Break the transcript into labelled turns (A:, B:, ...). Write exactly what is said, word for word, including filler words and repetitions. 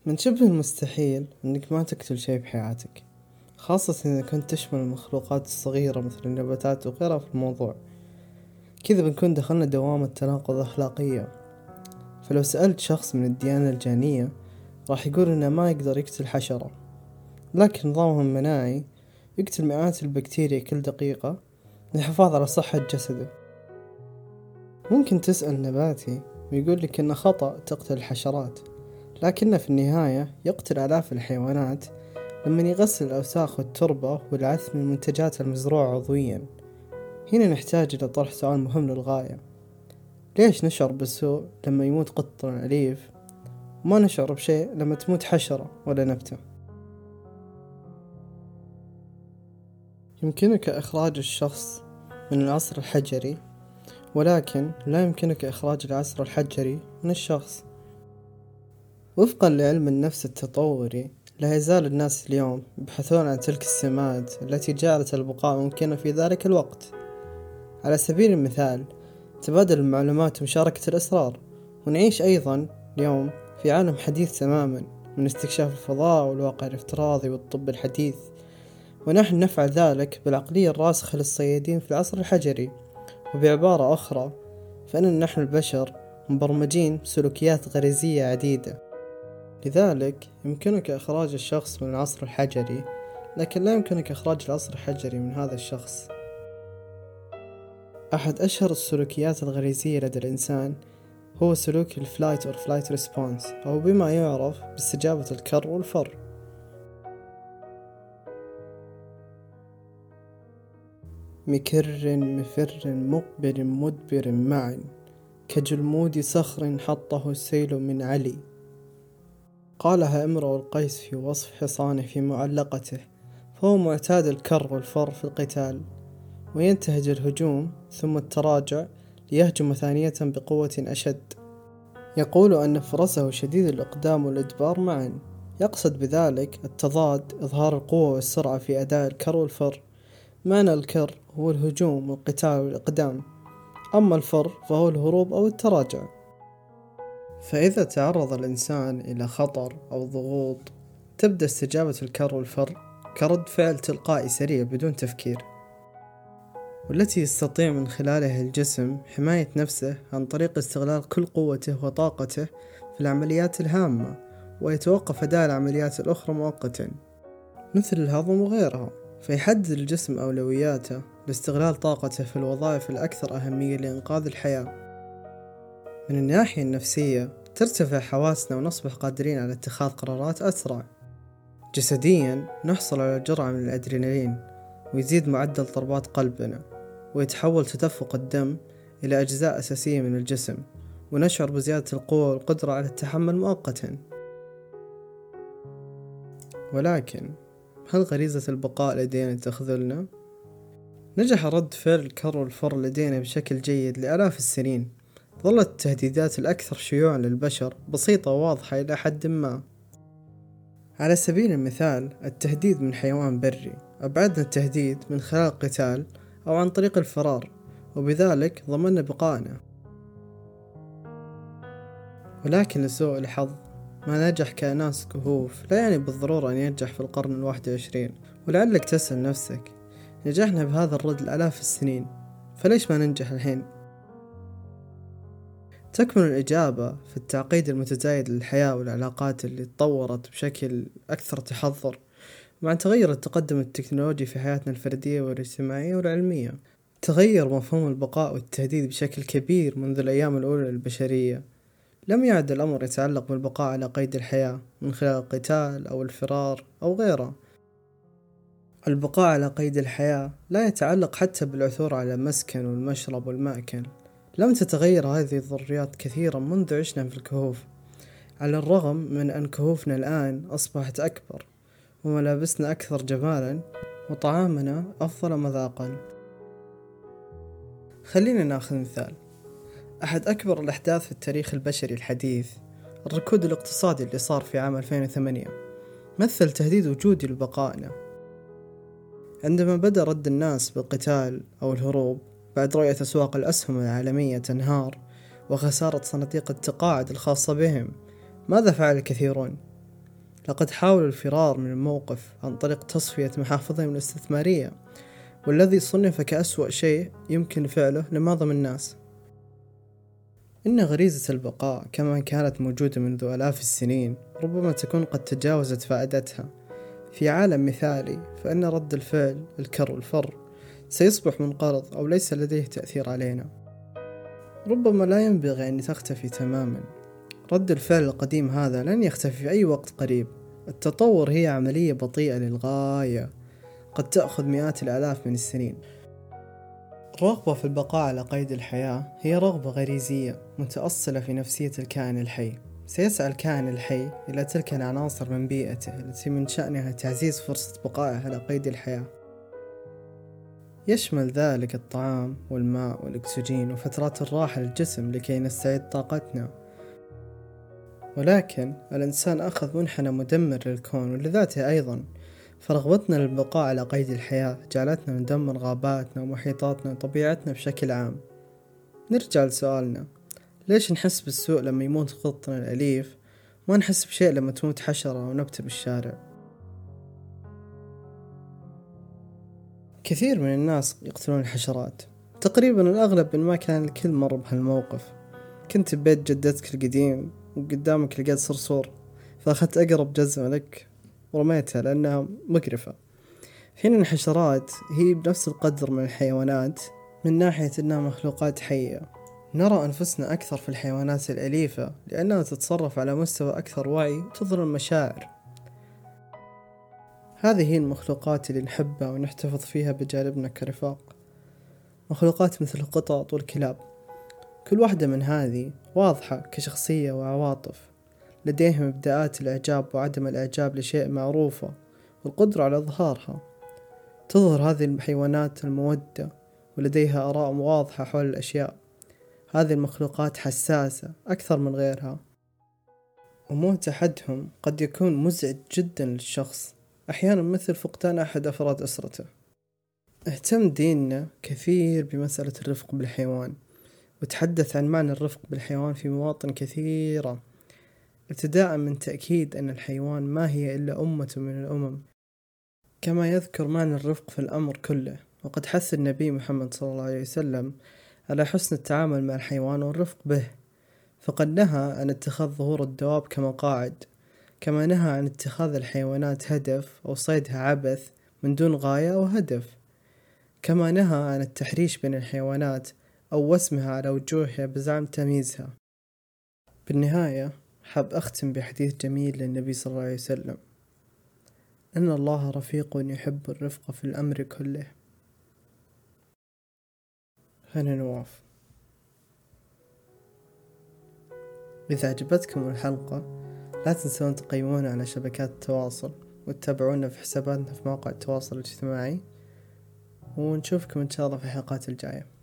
A: من شبه المستحيل أنك ما تقتل شيء بحياتك، خاصة إذا كنت تشمل المخلوقات الصغيرة مثل النباتات وغيرها في الموضوع. كذا بنكون دخلنا دوامة تناقض أخلاقية. فلو سألت شخص من الديانة الجانية راح يقول إنه ما يقدر يقتل حشرة، لكن نظامهم المناعي يقتل مئات البكتيريا كل دقيقة للحفاظ على صحة جسده. ممكن تسأل نباتي ويقول لك إنه خطأ تقتل الحشرات، لكنه في النهاية يقتل آلاف الحيوانات لما يغسل الأوساخ والتربة والعث من المنتجات المزروعة عضويا. هنا نحتاج إلى طرح سؤال مهم للغاية: ليش نشعر بالسوء لما يموت قطنا أليف وما نشعر بشيء لما تموت حشرة ولا نبتة؟ يمكنك إخراج الشخص من العصر الحجري، ولكن لا يمكنك إخراج العصر الحجري من الشخص. وفقا لعلم النفس التطوري، لا يزال الناس اليوم يبحثون عن تلك السمات التي جعلت البقاء ممكنا في ذلك الوقت. على سبيل المثال تبادل المعلومات ومشاركة الأسرار. ونعيش أيضا اليوم في عالم حديث تماما، من استكشاف الفضاء والواقع الافتراضي والطب الحديث، ونحن نفعل ذلك بالعقلية الراسخة للصيادين في العصر الحجري. وبعبارة أخرى، فإن نحن البشر مبرمجين بسلوكيات غريزية عديدة. لذلك يمكنك إخراج الشخص من العصر الحجري، لكن لا يمكنك إخراج العصر الحجري من هذا الشخص. أحد أشهر السلوكيات الغريزية لدى الإنسان هو سلوك الفلايت أو فلايت ريسبونس، أو بما يعرف باستجابة الكر والفر. مكر مفر مقبل مدبر معا، كجلمود صخر حطه السيل من علي. قالها امرؤ القيس في وصف حصانه في معلقته، فهو معتاد الكر والفر في القتال، وينتهج الهجوم ثم التراجع ليهجم ثانية بقوة أشد. يقول أن فرسه شديد الإقدام والإدبار معا، يقصد بذلك التضاد، إظهار القوة والسرعة في أداء الكر والفر. معنى الكر هو الهجوم والقتال والإقدام، أما الفر فهو الهروب أو التراجع. فإذا تعرض الإنسان إلى خطر أو ضغوط، تبدأ استجابة الكر والفر كرد فعل تلقائي سريع بدون تفكير، والتي يستطيع من خلالها الجسم حماية نفسه عن طريق استغلال كل قوته وطاقته في العمليات الهامة، ويتوقف أداء العمليات الأخرى مؤقتا مثل الهضم وغيرها. فيحدد الجسم أولوياته لاستغلال طاقته في الوظائف الأكثر أهمية لإنقاذ الحياة. من الناحية النفسية ترتفع حواسنا ونصبح قادرين على اتخاذ قرارات أسرع. جسديا نحصل على جرعة من الأدرينالين، ويزيد معدل ضربات قلبنا، ويتحول تدفق الدم إلى أجزاء أساسية من الجسم، ونشعر بزيادة القوة والقدرة على التحمل مؤقتا. ولكن هل غريزة البقاء لدينا تخذلنا؟ نجح رد فعل الكر والفر لدينا بشكل جيد لآلاف السنين. ظلت التهديدات الأكثر شيوعا للبشر بسيطة وواضحة إلى حد ما. على سبيل المثال التهديد من حيوان بري، أبعدنا التهديد من خلال القتال أو عن طريق الفرار، وبذلك ضمننا بقائنا. ولكن لسوء الحظ ما نجح كأناس كهوف لا يعني بالضرورة أن ينجح في القرن الواحد والعشرين. ولعلك تسأل نفسك، نجحنا بهذا الرد لآلاف السنين، فليش ما ننجح الحين؟ تكمن الإجابة في التعقيد المتزايد للحياة والعلاقات اللي تطورت بشكل أكثر تحضر مع تغير التقدم التكنولوجي في حياتنا الفردية والاجتماعية والعلمية. تغير مفهوم البقاء والتهديد بشكل كبير منذ الأيام الأولى للبشرية. لم يعد الأمر يتعلق بالبقاء على قيد الحياة من خلال القتال أو الفرار أو غيره. البقاء على قيد الحياة لا يتعلق حتى بالعثور على مسكن والمشرب والمأكل. لم تتغير هذه الضروريات كثيرا منذ عشنا في الكهوف، على الرغم من أن كهوفنا الآن أصبحت أكبر، وملابسنا أكثر جمالا، وطعامنا أفضل مذاقا. خلينا ناخذ مثال. أحد أكبر الأحداث في التاريخ البشري الحديث، الركود الاقتصادي اللي صار في عام ألفين وثمانية، مثل تهديد وجودي لبقائنا. عندما بدأ رد الناس بالقتال أو الهروب بعد رؤية أسواق الأسهم العالمية تنهار وخسارة صناديق التقاعد الخاصة بهم، ماذا فعل الكثيرون؟ لقد حاولوا الفرار من الموقف عن طريق تصفية محافظهم الاستثمارية، والذي صنف كأسوأ شيء يمكن فعله لمعظم الناس. إن غريزة البقاء كما كانت موجودة منذ آلاف السنين ربما تكون قد تجاوزت فائدتها. في عالم مثالي فإن رد الفعل الكر والفر سيصبح منقرض أو ليس لديه تأثير علينا. ربما لا ينبغي أن تختفي تماما. رد الفعل القديم هذا لن يختفي في أي وقت قريب. التطور هي عملية بطيئة للغاية، قد تأخذ مئات الآلاف من السنين. الرغبة في البقاء على قيد الحياة هي رغبة غريزية متأصلة في نفسية الكائن الحي. سيسعى الكائن الحي إلى تلك العناصر من بيئته التي من شأنها تعزيز فرصة بقائه على قيد الحياة. يشمل ذلك الطعام والماء والأكسجين وفترات الراحة للجسم لكي نستعيد طاقتنا. ولكن الإنسان أخذ منحنى مدمر للكون ولذاته أيضا، فرغبتنا للبقاء على قيد الحياة جعلتنا ندمر غاباتنا ومحيطاتنا وطبيعتنا بشكل عام. نرجع لسؤالنا، ليش نحس بالسوء لما يموت قطنا الأليف ما نحس بشيء لما تموت حشرة أو نبتة بالشارع؟ كثير من الناس يقتلون الحشرات، تقريبا الأغلب ما كان الكل مر بهالموقف. كنت ببيت جدتك القديم وقدامك لقيت صرصور، فأخذت أقرب جزمة لك ورميتها لأنها مقرفة. حين الحشرات هي بنفس القدر من الحيوانات من ناحية أنها مخلوقات حية. نرى أنفسنا أكثر في الحيوانات الأليفة لأنها تتصرف على مستوى أكثر وعي وتظهر المشاعر. هذه هي المخلوقات اللي نحبها ونحتفظ فيها بجانبنا كرفاق. مخلوقات مثل القطط والكلاب، كل واحدة من هذه واضحة كشخصية وعواطف، لديهم إبداءات الإعجاب وعدم الإعجاب لشيء معروفة والقدرة على إظهارها. تظهر هذه الحيوانات المودة ولديها آراء واضحة حول الأشياء. هذه المخلوقات حساسة أكثر من غيرها، وموت أحدهم قد يكون مزعج جدا للشخص، أحيانا مثل فقدان أحد أفراد أسرته. اهتم ديننا كثير بمسألة الرفق بالحيوان، وتحدث عن معنى الرفق بالحيوان في مواطن كثيرة، ابتداء من تأكيد أن الحيوان ما هي إلا أمة من الأمم، كما يذكر معنى الرفق في الأمر كله. وقد حث النبي محمد صلى الله عليه وسلم على حسن التعامل مع الحيوان والرفق به، فقد نهى عن اتخاذ ظهور الدواب كمقاعد، كما نهى عن اتخاذ الحيوانات هدف أو صيدها عبث من دون غاية أو هدف، كما نهى عن التحريش بين الحيوانات أو وسمها على وجوهها بزعم تمييزها. بالنهاية حاب أختم بحديث جميل للنبي صلى الله عليه وسلم: إن الله رفيق يحب الرفق في الأمر كله. هنا نواف. إذا عجبتكم الحلقة لا تنسون تقيمونا على شبكات التواصل وتتابعونا في حساباتنا في مواقع التواصل الاجتماعي، ونشوفكم إن شاء الله في الحلقات الجاية.